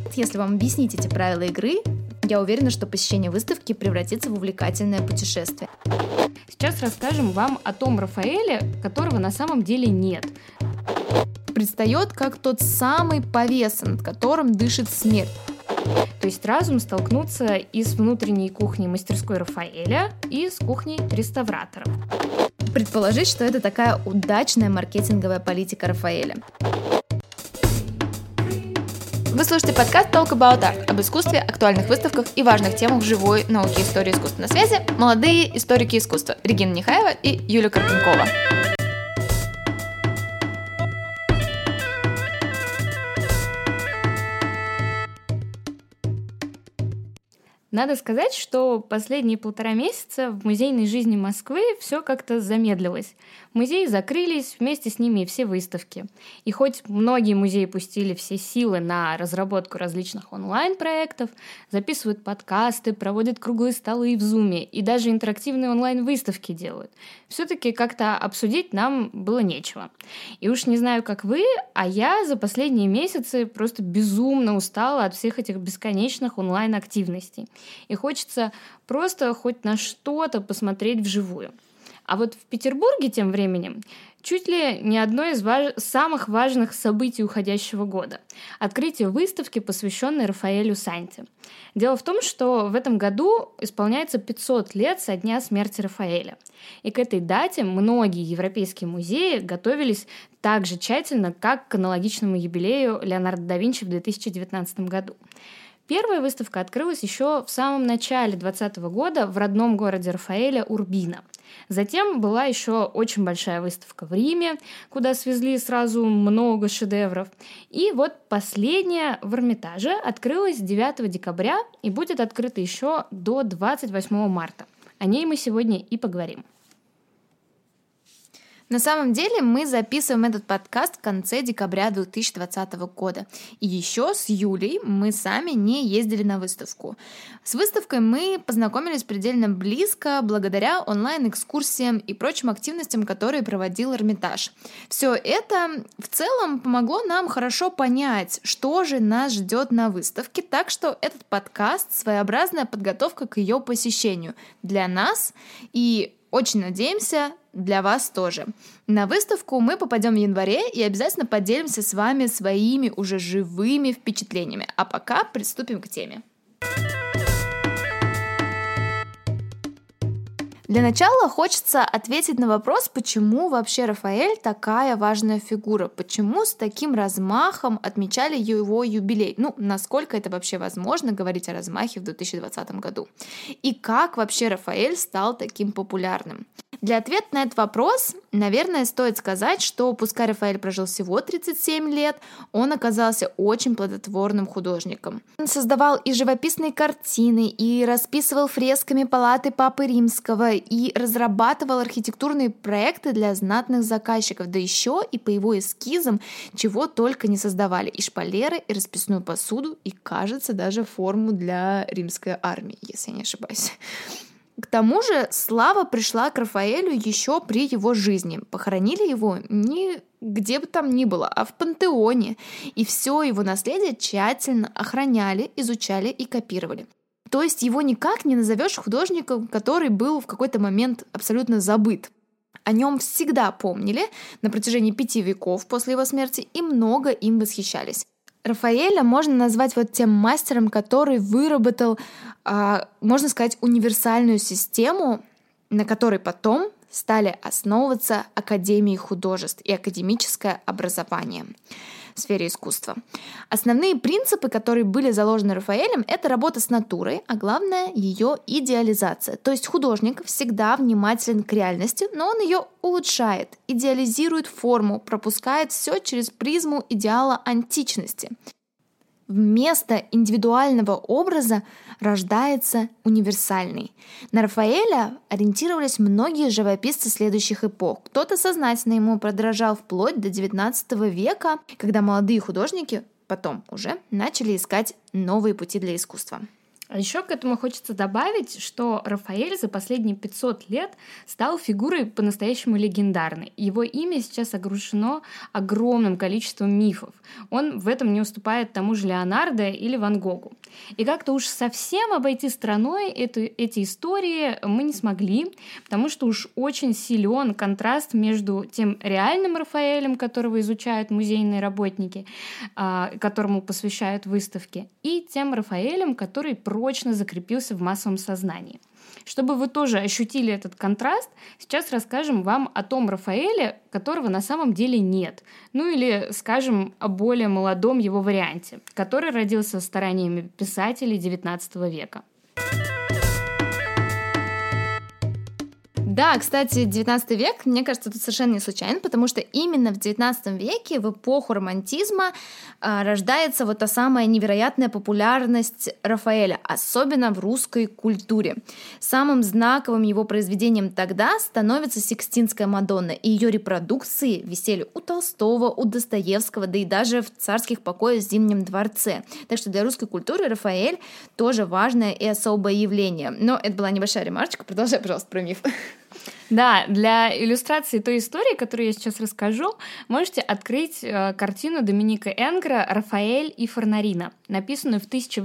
Если вам объяснить эти правила игры, я уверена, что посещение выставки превратится в увлекательное путешествие. Сейчас расскажем вам о том Рафаэле, которого на самом деле нет. Предстает как тот самый повеса, над которым дышит смерть. То есть разум столкнуться и с внутренней кухней мастерской Рафаэля, и с кухней реставраторов. Предположить, что это такая удачная маркетинговая политика Рафаэля. Вы слушаете подкаст Talk About Art об искусстве, актуальных выставках и важных темах живой науки, истории искусства. На связи молодые историки искусства Регина Нехаева и Юлия Карпенкова. Надо сказать, что последние 1,5 месяца в музейной жизни Москвы все как-то замедлилось. Музеи закрылись, вместе с ними и все выставки. И хоть многие музеи пустили все силы на разработку различных онлайн-проектов, записывают подкасты, проводят круглые столы в Зуме и даже интерактивные онлайн-выставки делают, все-таки как-то обсудить нам было нечего. И уж не знаю, как вы, а я за последние месяцы просто безумно устала от всех этих бесконечных онлайн-активностей. И хочется просто хоть на что-то посмотреть вживую. А вот в Петербурге тем временем чуть ли не одно из самых важных событий уходящего года – открытие выставки, посвященной Рафаэлю Санти. Дело в том, что в этом году исполняется 500 лет со дня смерти Рафаэля. И к этой дате многие европейские музеи готовились так же тщательно, как к аналогичному юбилею Леонардо да Винчи в 2019 году. Первая выставка открылась еще в самом начале 2020 года в родном городе Рафаэля Урбино. Затем была еще очень большая выставка в Риме, куда свезли сразу много шедевров. И вот последняя в Эрмитаже открылась 9 декабря и будет открыта еще до 28 марта. О ней мы сегодня и поговорим. На самом деле мы записываем этот подкаст в конце декабря 2020 года. И еще с Юлей мы сами не ездили на выставку. С выставкой мы познакомились предельно близко благодаря онлайн-экскурсиям и прочим активностям, которые проводил Эрмитаж. Все это в целом помогло нам хорошо понять, что же нас ждет на выставке, так что этот подкаст — своеобразная подготовка к ее посещению для нас и, очень надеемся, для вас тоже. На выставку мы попадем в январе и обязательно поделимся с вами своими уже живыми впечатлениями. А пока приступим к теме. Для начала хочется ответить на вопрос, почему вообще Рафаэль такая важная фигура, почему с таким размахом отмечали его юбилей, насколько это вообще возможно говорить о размахе в 2020 году, и как вообще Рафаэль стал таким популярным. Для ответа на этот вопрос, наверное, стоит сказать, что пускай Рафаэль прожил всего 37 лет, он оказался очень плодотворным художником. Он создавал и живописные картины, и расписывал фресками палаты Папы Римского, и разрабатывал архитектурные проекты для знатных заказчиков, да еще и по его эскизам чего только не создавали: и шпалеры, и расписную посуду, и, кажется, даже форму для римской армии, если я не ошибаюсь. К тому же слава пришла к Рафаэлю еще при его жизни. Похоронили его не где бы там ни было, а в пантеоне. И все его наследие тщательно охраняли, изучали и копировали. То есть его никак не назовешь художником, который был в какой-то момент абсолютно забыт. О нем всегда помнили на протяжении 5 веков после его смерти и много им восхищались. Рафаэля можно назвать тем мастером, который выработал, можно сказать, универсальную систему, на которой потом стали основываться академии художеств и академическое образование в сфере искусства. Основные принципы, которые были заложены Рафаэлем, это работа с натурой, а главное — ее идеализация. То есть художник всегда внимателен к реальности, но он ее улучшает, идеализирует форму, пропускает все через призму идеала античности. Вместо индивидуального образа рождается универсальный. На Рафаэля ориентировались многие живописцы следующих эпох. Кто-то сознательно ему подражал вплоть до XIX века, когда молодые художники потом уже начали искать новые пути для искусства. А еще к этому хочется добавить, что Рафаэль за последние 500 лет стал фигурой по-настоящему легендарной. Его имя сейчас окружено огромным количеством мифов. Он в этом не уступает тому же Леонардо или Ван Гогу. И как-то уж совсем обойти стороной эти истории мы не смогли, потому что уж очень силен контраст между тем реальным Рафаэлем, которого изучают музейные работники, которому посвящают выставки, и тем Рафаэлем, который прочно закрепился в массовом сознании. Чтобы вы тоже ощутили этот контраст, сейчас расскажем вам о том Рафаэле, которого на самом деле нет. Ну или скажем о более молодом его варианте, который родился стараниями писателей XIX века. Да, кстати, 19 век, мне кажется, тут совершенно не случайно, потому что именно в 19 веке, в эпоху романтизма, рождается вот та самая невероятная популярность Рафаэля, особенно в русской культуре. Самым знаковым его произведением тогда становится Сикстинская Мадонна, и ее репродукции висели у Толстого, у Достоевского, да и даже в царских покоях в Зимнем дворце. Так что для русской культуры Рафаэль тоже важное и особое явление. Но это была небольшая ремарочка, продолжай, пожалуйста, про миф. Да, для иллюстрации той истории, которую я сейчас расскажу, можете открыть картину Доминика Энгра «Рафаэль и Форнарина», написанную в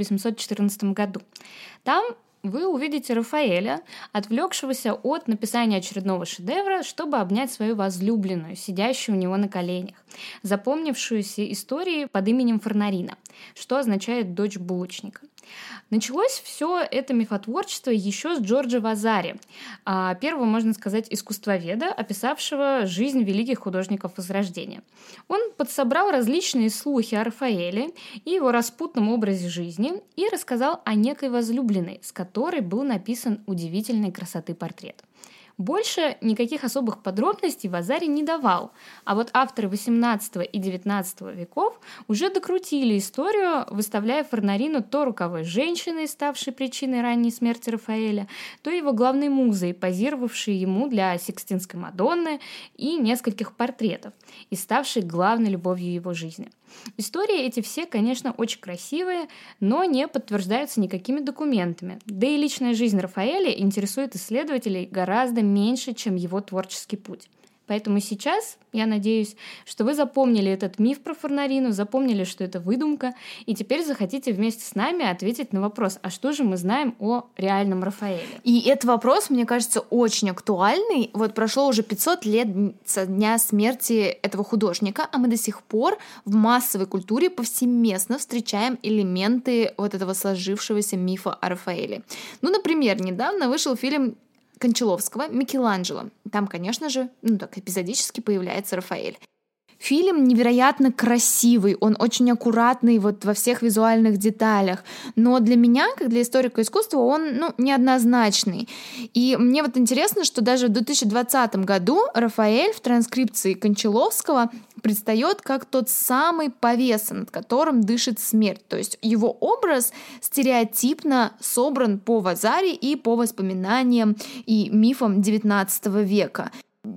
1814 году. Там вы увидите Рафаэля, отвлекшегося от написания очередного шедевра, чтобы обнять свою возлюбленную, сидящую у него на коленях, запомнившуюся историей под именем Форнарина, что означает «дочь булочника». Началось все это мифотворчество еще с Джорджа Вазари, первого, можно сказать, искусствоведа, описавшего жизнь великих художников Возрождения. Он подсобрал различные слухи о Рафаэле и его распутном образе жизни и рассказал о некой возлюбленной, с которой был написан удивительной красоты портрет. Больше никаких особых подробностей Вазари не давал, а вот авторы XVIII и XIX веков уже докрутили историю, выставляя Форнарину то роковой женщиной, ставшей причиной ранней смерти Рафаэля, то его главной музой, позировавшей ему для Сикстинской Мадонны и нескольких портретов, и ставшей главной любовью его жизни. Истории эти все, конечно, очень красивые, но не подтверждаются никакими документами. Да и личная жизнь Рафаэля интересует исследователей гораздо меньше, чем его творческий путь. Поэтому сейчас, я надеюсь, что вы запомнили этот миф про Форнарину, запомнили, что это выдумка, и теперь захотите вместе с нами ответить на вопрос, а что же мы знаем о реальном Рафаэле? И этот вопрос, мне кажется, очень актуальный. Вот прошло уже 500 лет со дня смерти этого художника, а мы до сих пор в массовой культуре повсеместно встречаем элементы вот этого сложившегося мифа о Рафаэле. Ну, например, недавно вышел фильм Кончаловского «Микеланджело». Там, конечно же, эпизодически появляется Рафаэль. Фильм невероятно красивый, он очень аккуратный вот во всех визуальных деталях, но для меня, как для историка искусства, он неоднозначный. И мне вот интересно, что даже в 2020 году Рафаэль в транскрипции Кончаловского предстает как тот самый повеса, над которым дышит смерть. То есть его образ стереотипно собран по Вазари и по воспоминаниям и мифам XIX века.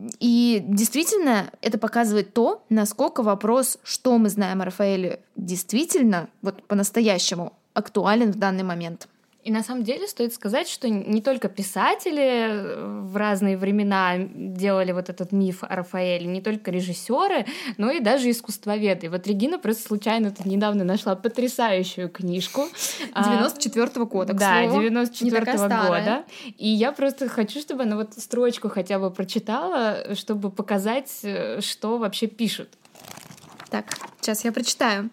И действительно, это показывает то, насколько вопрос, что мы знаем о Рафаэле, действительно, вот по-настоящему актуален в данный момент. И на самом деле стоит сказать, что не только писатели в разные времена делали вот этот миф о Рафаэле, не только режиссеры, но и даже искусствоведы. И вот Регина просто случайно тут недавно нашла потрясающую книжку. 94-го года, к да, слову. 94-го года. И я просто хочу, чтобы она вот строчку хотя бы прочитала, чтобы показать, что вообще пишут. Так, сейчас я прочитаю.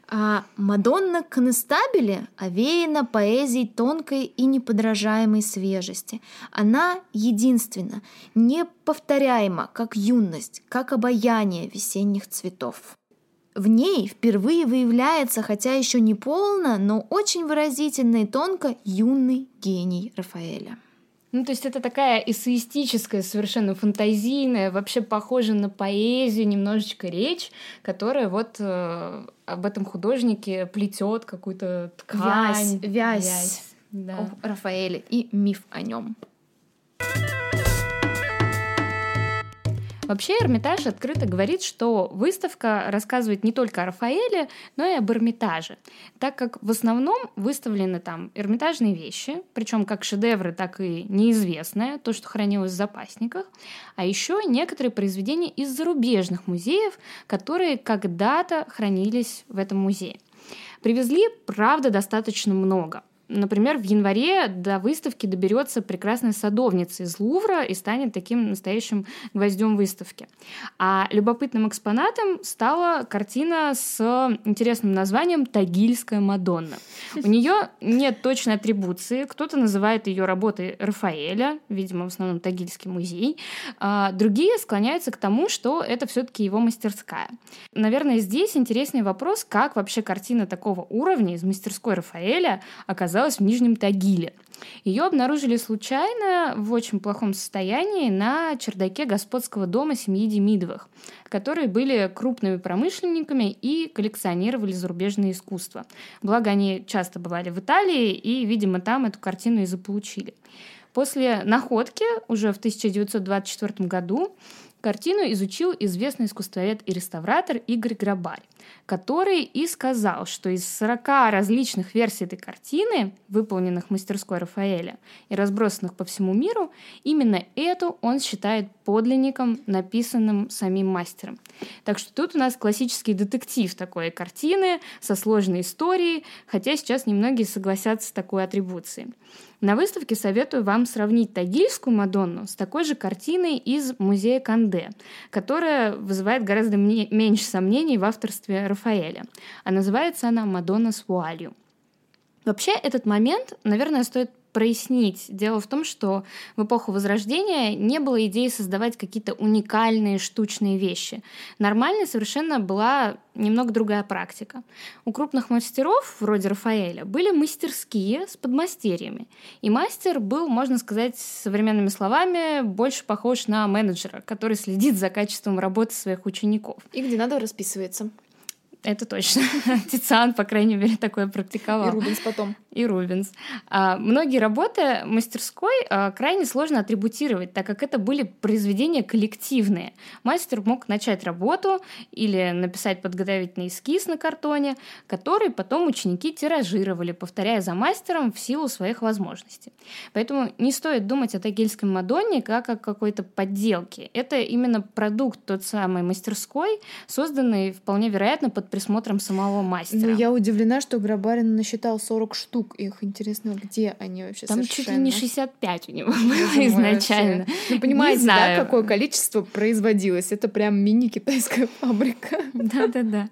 «Мадонна Конестабеле овеяна поэзией тонкой и неподражаемой свежести. Она единственна, неповторяема, как юность, как обаяние весенних цветов. В ней впервые выявляется, хотя еще не полно, но очень выразительно и тонко юный гений Рафаэля». Ну, то есть это такая эссеистическая, совершенно фантазийная, вообще похожа на поэзию немножечко речь, которая вот об этом художнике плетет какую-то ткань. Вязь да. О Рафаэле и миф о нем. Вообще Эрмитаж открыто говорит, что выставка рассказывает не только о Рафаэле, но и об Эрмитаже, так как в основном выставлены там эрмитажные вещи, причем как шедевры, так и неизвестное, то, что хранилось в запасниках, а еще некоторые произведения из зарубежных музеев, которые когда-то хранились в этом музее. Привезли, правда, достаточно много. Например, в январе до выставки доберется прекрасная садовница из Лувра и станет таким настоящим гвоздем выставки. А любопытным экспонатом стала картина с интересным названием «Тагильская Мадонна». У нее нет точной атрибуции. Кто-то называет ее работой Рафаэля, видимо, в основном Тагильский музей. А другие склоняются к тому, что это все-таки его мастерская. Наверное, здесь интересный вопрос, как вообще картина такого уровня из мастерской Рафаэля оказалась в Нижнем Тагиле. Ее обнаружили случайно в очень плохом состоянии на чердаке господского дома семьи Демидовых, которые были крупными промышленниками и коллекционировали зарубежное искусство. Благо, они часто бывали в Италии и, видимо, там эту картину и заполучили. После находки уже в 1924 году картину изучил известный искусствовед и реставратор Игорь Грабарь, который и сказал, что из 40 различных версий этой картины, выполненных в мастерской Рафаэля и разбросанных по всему миру, именно эту он считает подлинником, написанным самим мастером. Так что тут у нас классический детектив такой картины со сложной историей, хотя сейчас немногие согласятся с такой атрибуцией. На выставке советую вам сравнить Тагильскую Мадонну с такой же картиной из музея Канде, которая вызывает гораздо меньше сомнений в авторстве Рафаэля. А называется она «Мадонна с вуалью». Вообще этот момент, наверное, стоит прояснить. Дело в том, что в эпоху Возрождения не было идеи создавать какие-то уникальные штучные вещи. Нормальной совершенно была немного другая практика. У крупных мастеров, вроде Рафаэля, были мастерские с подмастерьями. И мастер был, можно сказать, современными словами, больше похож на менеджера, который следит за качеством работы своих учеников. И где надо расписывается. Это точно. Тициан, по крайней мере, такое практиковал. И Рубенс потом. И Рубенс. Многие работы мастерской крайне сложно атрибутировать, так как это были произведения коллективные. Мастер мог начать работу или написать подготовительный эскиз на картоне, который потом ученики тиражировали, повторяя за мастером в силу своих возможностей. Поэтому не стоит думать о Тагильской Мадонне как о какой-то подделке. Это именно продукт тот самой мастерской, созданный, вполне вероятно, под присмотром самого мастера. Ну, я удивлена, что Грабарин насчитал 40 штук. Их интересно, где они вообще там совершенно? Чуть ли не 65 у него было изначально. Ну, понимаете, да, какое количество производилось? Это прям мини-китайская фабрика. Да-да-да.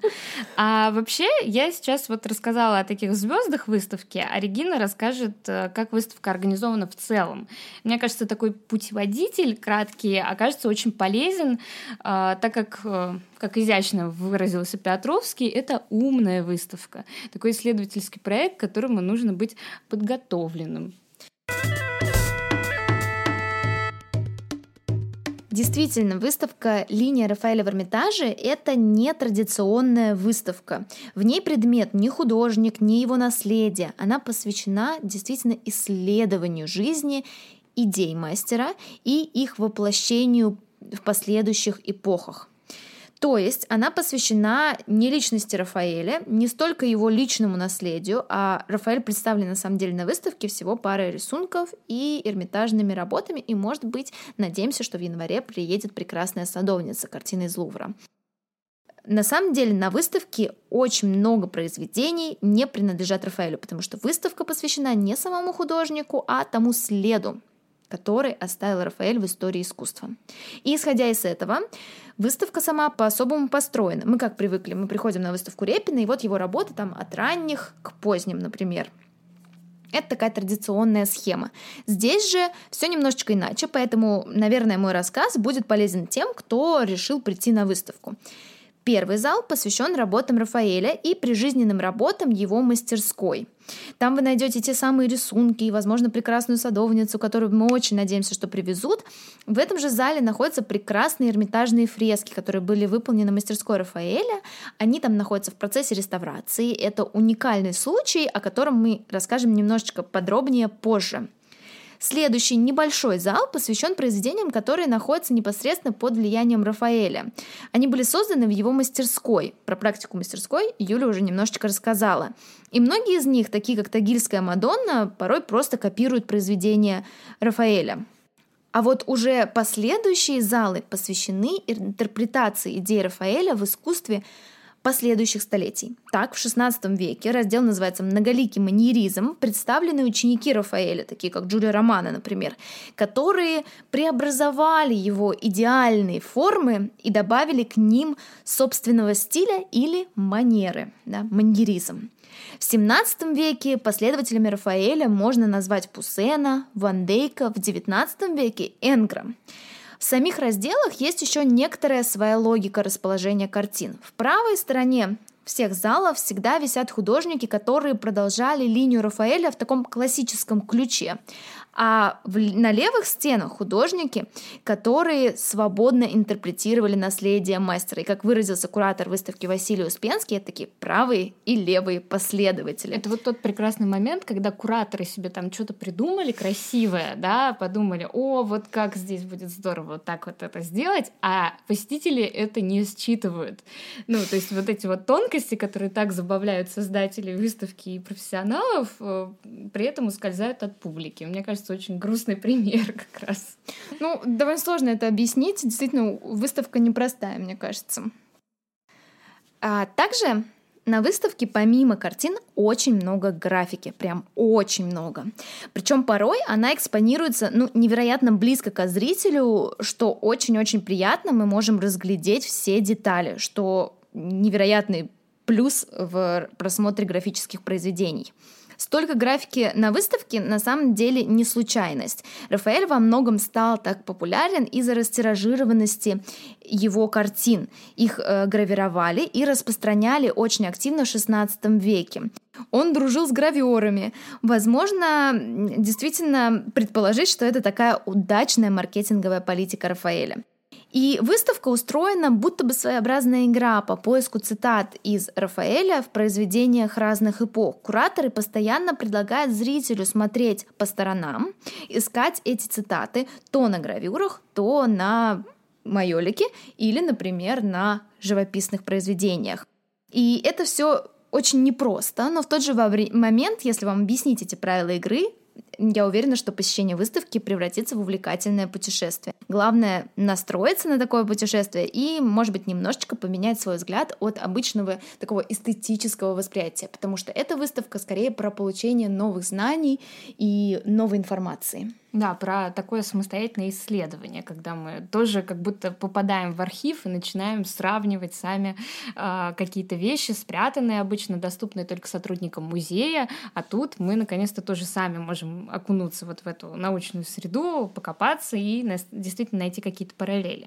А вообще, я сейчас вот рассказала о таких звездах выставки, а Регина расскажет, как выставка организована в целом. Мне кажется, такой путеводитель краткий окажется очень полезен, так как изящно выразился Петровский, это умная выставка. Такой исследовательский проект, к которому нужно быть подготовленным. Действительно, выставка «Линия Рафаэля в Эрмитаже» — это не традиционная выставка. В ней предмет не художник, не его наследие. Она посвящена действительно исследованию жизни, идей мастера и их воплощению в последующих эпохах. То есть она посвящена не личности Рафаэля, не столько его личному наследию, а Рафаэль представлен на самом деле на выставке всего парой рисунков и эрмитажными работами, и, может быть, надеемся, что в январе приедет прекрасная садовница, картина из Лувра. На самом деле на выставке очень много произведений не принадлежат Рафаэлю, потому что выставка посвящена не самому художнику, а тому следу, который оставил Рафаэль в истории искусства. И исходя из этого, выставка сама по-особому построена. Мы как привыкли, мы приходим на выставку Репина, и вот его работы там от ранних к поздним, например. Это такая традиционная схема. Здесь же все немножечко иначе, поэтому, наверное, мой рассказ будет полезен тем, кто решил прийти на выставку. Первый зал посвящен работам Рафаэля и прижизненным работам его мастерской. Там вы найдете те самые рисунки и, возможно, прекрасную садовницу, которую мы очень надеемся, что привезут. В этом же зале находятся прекрасные эрмитажные фрески, которые были выполнены в мастерской Рафаэля. Они там находятся в процессе реставрации. Это уникальный случай, о котором мы расскажем немножечко подробнее позже. Следующий небольшой зал посвящен произведениям, которые находятся непосредственно под влиянием Рафаэля. Они были созданы в его мастерской. Про практику мастерской Юля уже немножечко рассказала. И многие из них, такие как Тагильская Мадонна, порой просто копируют произведения Рафаэля. А вот уже последующие залы посвящены интерпретации идей Рафаэля в искусстве последующих столетий. Так, в XVI веке раздел называется «Многоликий маньеризм», представлены ученики Рафаэля, такие как Джулио Романо, например, которые преобразовали его идеальные формы и добавили к ним собственного стиля или манеры, маньеризм. В XVII веке последователями Рафаэля можно назвать Пуссена, Ван Дейка, в XIX веке Энгра. В самих разделах есть еще некоторая своя логика расположения картин. В правой стороне всех залов всегда висят художники, которые продолжали линию Рафаэля в таком классическом ключе. А на левых стенах художники, которые свободно интерпретировали наследие мастера. И, как выразился куратор выставки Василий Успенский, это такие правые и левые последователи. Это вот тот прекрасный момент, когда кураторы себе там что-то придумали красивое, да, подумали, вот как здесь будет здорово вот так вот это сделать, а посетители это не считывают. То есть вот эти вот тонкости, которые так забавляют создателей выставки и профессионалов, при этом ускользают от публики. Мне кажется, очень грустный пример как раз. Довольно сложно это объяснить. Действительно, выставка непростая, мне кажется. А также на выставке помимо картин очень много графики, прям очень много. Причем порой она экспонируется невероятно близко к зрителю, что очень-очень приятно, мы можем разглядеть все детали, что невероятный плюс в просмотре графических произведений. Столько графики на выставке на самом деле не случайность. Рафаэль во многом стал так популярен из-за растиражированности его картин. Их гравировали и распространяли очень активно в XVI веке. Он дружил с гравёрами. Возможно, действительно предположить, что это такая удачная маркетинговая политика Рафаэля. И выставка устроена будто бы своеобразная игра по поиску цитат из Рафаэля в произведениях разных эпох. Кураторы постоянно предлагают зрителю смотреть по сторонам, искать эти цитаты то на гравюрах, то на майолике или, например, на живописных произведениях. И это все очень непросто, но в тот же момент, если вам объяснить эти правила игры, я уверена, что посещение выставки превратится в увлекательное путешествие. Главное — настроиться на такое путешествие и, может быть, немножечко поменять свой взгляд от обычного такого эстетического восприятия, потому что эта выставка скорее про получение новых знаний и новой информации. Да, про такое самостоятельное исследование, когда мы тоже как будто попадаем в архив и начинаем сравнивать сами какие-то вещи, спрятанные обычно, доступные только сотрудникам музея, а тут мы наконец-то тоже сами можем окунуться вот в эту научную среду, покопаться и действительно найти какие-то параллели.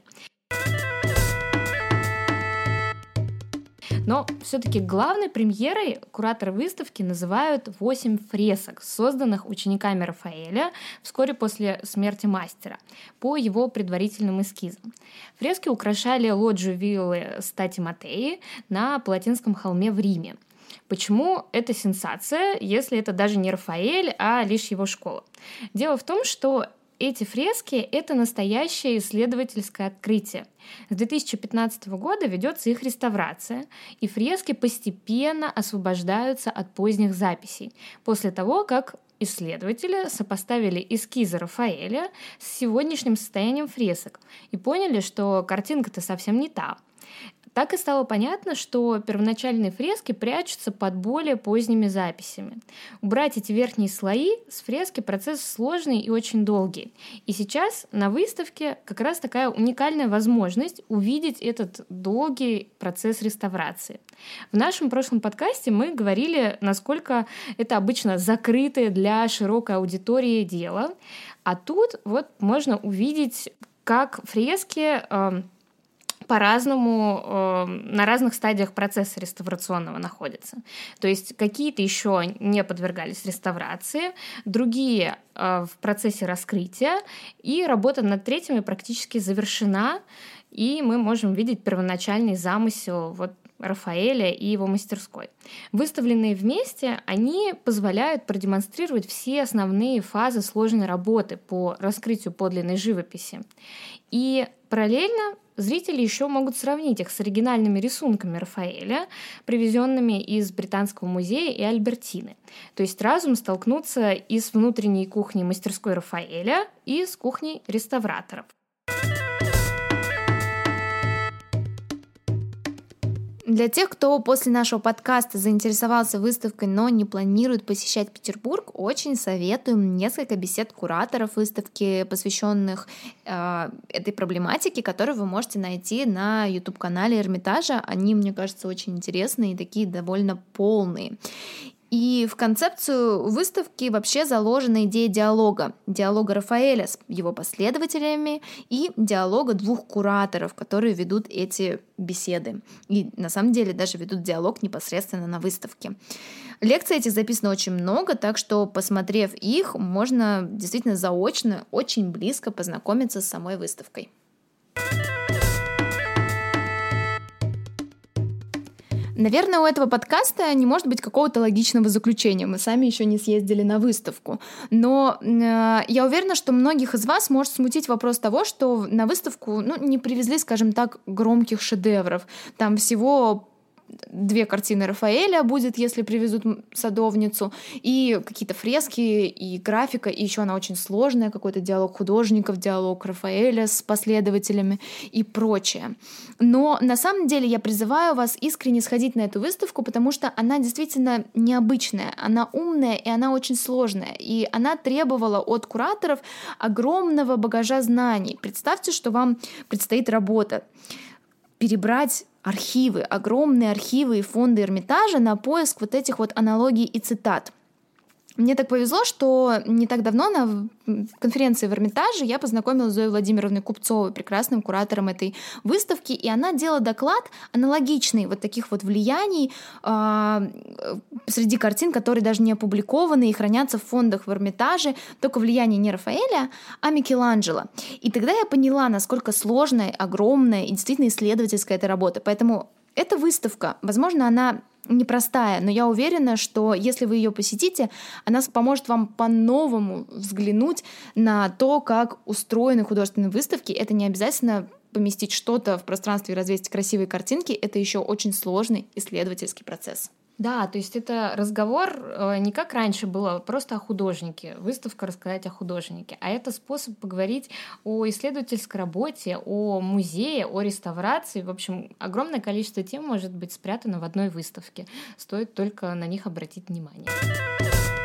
Но все-таки главной премьерой кураторы выставки называют 8 фресок, созданных учениками Рафаэля вскоре после смерти мастера, по его предварительным эскизам. Фрески украшали лоджию виллы Стати Матеи на Палатинском холме в Риме. Почему это сенсация, если это даже не Рафаэль, а лишь его школа? Дело в том, что эти фрески — это настоящее исследовательское открытие. С 2015 года ведется их реставрация, и фрески постепенно освобождаются от поздних записей, после того, как исследователи сопоставили эскизы Рафаэля с сегодняшним состоянием фресок и поняли, что картинка-то совсем не та. Так и стало понятно, что первоначальные фрески прячутся под более поздними записями. Убрать эти верхние слои с фрески процесс сложный и очень долгий. И сейчас на выставке как раз такая уникальная возможность увидеть этот долгий процесс реставрации. В нашем прошлом подкасте мы говорили, насколько это обычно закрытое для широкой аудитории дело, а тут вот можно увидеть, как фрески по-разному на разных стадиях процесса реставрационного находятся. То есть какие-то еще не подвергались реставрации, другие в процессе раскрытия, и работа над третьими практически завершена, и мы можем видеть первоначальный замысел вот Рафаэля и его мастерской. Выставленные вместе, они позволяют продемонстрировать все основные фазы сложной работы по раскрытию подлинной живописи. И параллельно зрители еще могут сравнить их с оригинальными рисунками Рафаэля, привезенными из Британского музея и Альбертины. То есть разум столкнуться и с внутренней кухней мастерской Рафаэля, и с кухней реставраторов. Для тех, кто после нашего подкаста заинтересовался выставкой, но не планирует посещать Петербург, очень советуем несколько бесед кураторов выставки, посвященных этой проблематике, которые вы можете найти на YouTube-канале Эрмитажа. Они, мне кажется, очень интересные и такие довольно полные. И в концепцию выставки вообще заложена идея диалога. Диалога Рафаэля с его последователями и диалога двух кураторов, которые ведут эти беседы. И на самом деле даже ведут диалог непосредственно на выставке. Лекций этих записано очень много, так что, посмотрев их, можно действительно заочно, очень близко познакомиться с самой выставкой. Наверное, у этого подкаста не может быть какого-то логичного заключения. Мы сами еще не съездили на выставку. Но я уверена, что многих из вас может смутить вопрос того, что на выставку не привезли, скажем так, громких шедевров. Там всего 2 картины Рафаэля будет, если привезут садовницу, и какие-то фрески, и графика, и еще она очень сложная, какой-то диалог художников, диалог Рафаэля с последователями и прочее. Но на самом деле я призываю вас искренне сходить на эту выставку, потому что она действительно необычная, она умная и она очень сложная, и она требовала от кураторов огромного багажа знаний. Представьте, что вам предстоит работа перебрать архивы, огромные архивы и фонды Эрмитажа на поиск вот этих вот аналогий и цитат. Мне так повезло, что не так давно на конференции в Эрмитаже я познакомилась с Зоей Владимировной Купцовой, прекрасным куратором этой выставки, и она делала доклад аналогичный вот таких вот влияний среди картин, которые даже не опубликованы и хранятся в фондах в Эрмитаже, только влияние не Рафаэля, а Микеланджело. И тогда я поняла, насколько сложная, огромная и действительно исследовательская эта работа. Поэтому эта выставка, возможно, она непростая, но я уверена, что если вы ее посетите, она поможет вам по-новому взглянуть на то, как устроены художественные выставки. Это не обязательно поместить что-то в пространстве и развесить красивые картинки, это еще очень сложный исследовательский процесс. Да, то есть это разговор не как раньше было, просто о художнике, выставка рассказать о художнике, а это способ поговорить о исследовательской работе, о музее, о реставрации. В общем, огромное количество тем может быть спрятано в одной выставке. Стоит только на них обратить внимание.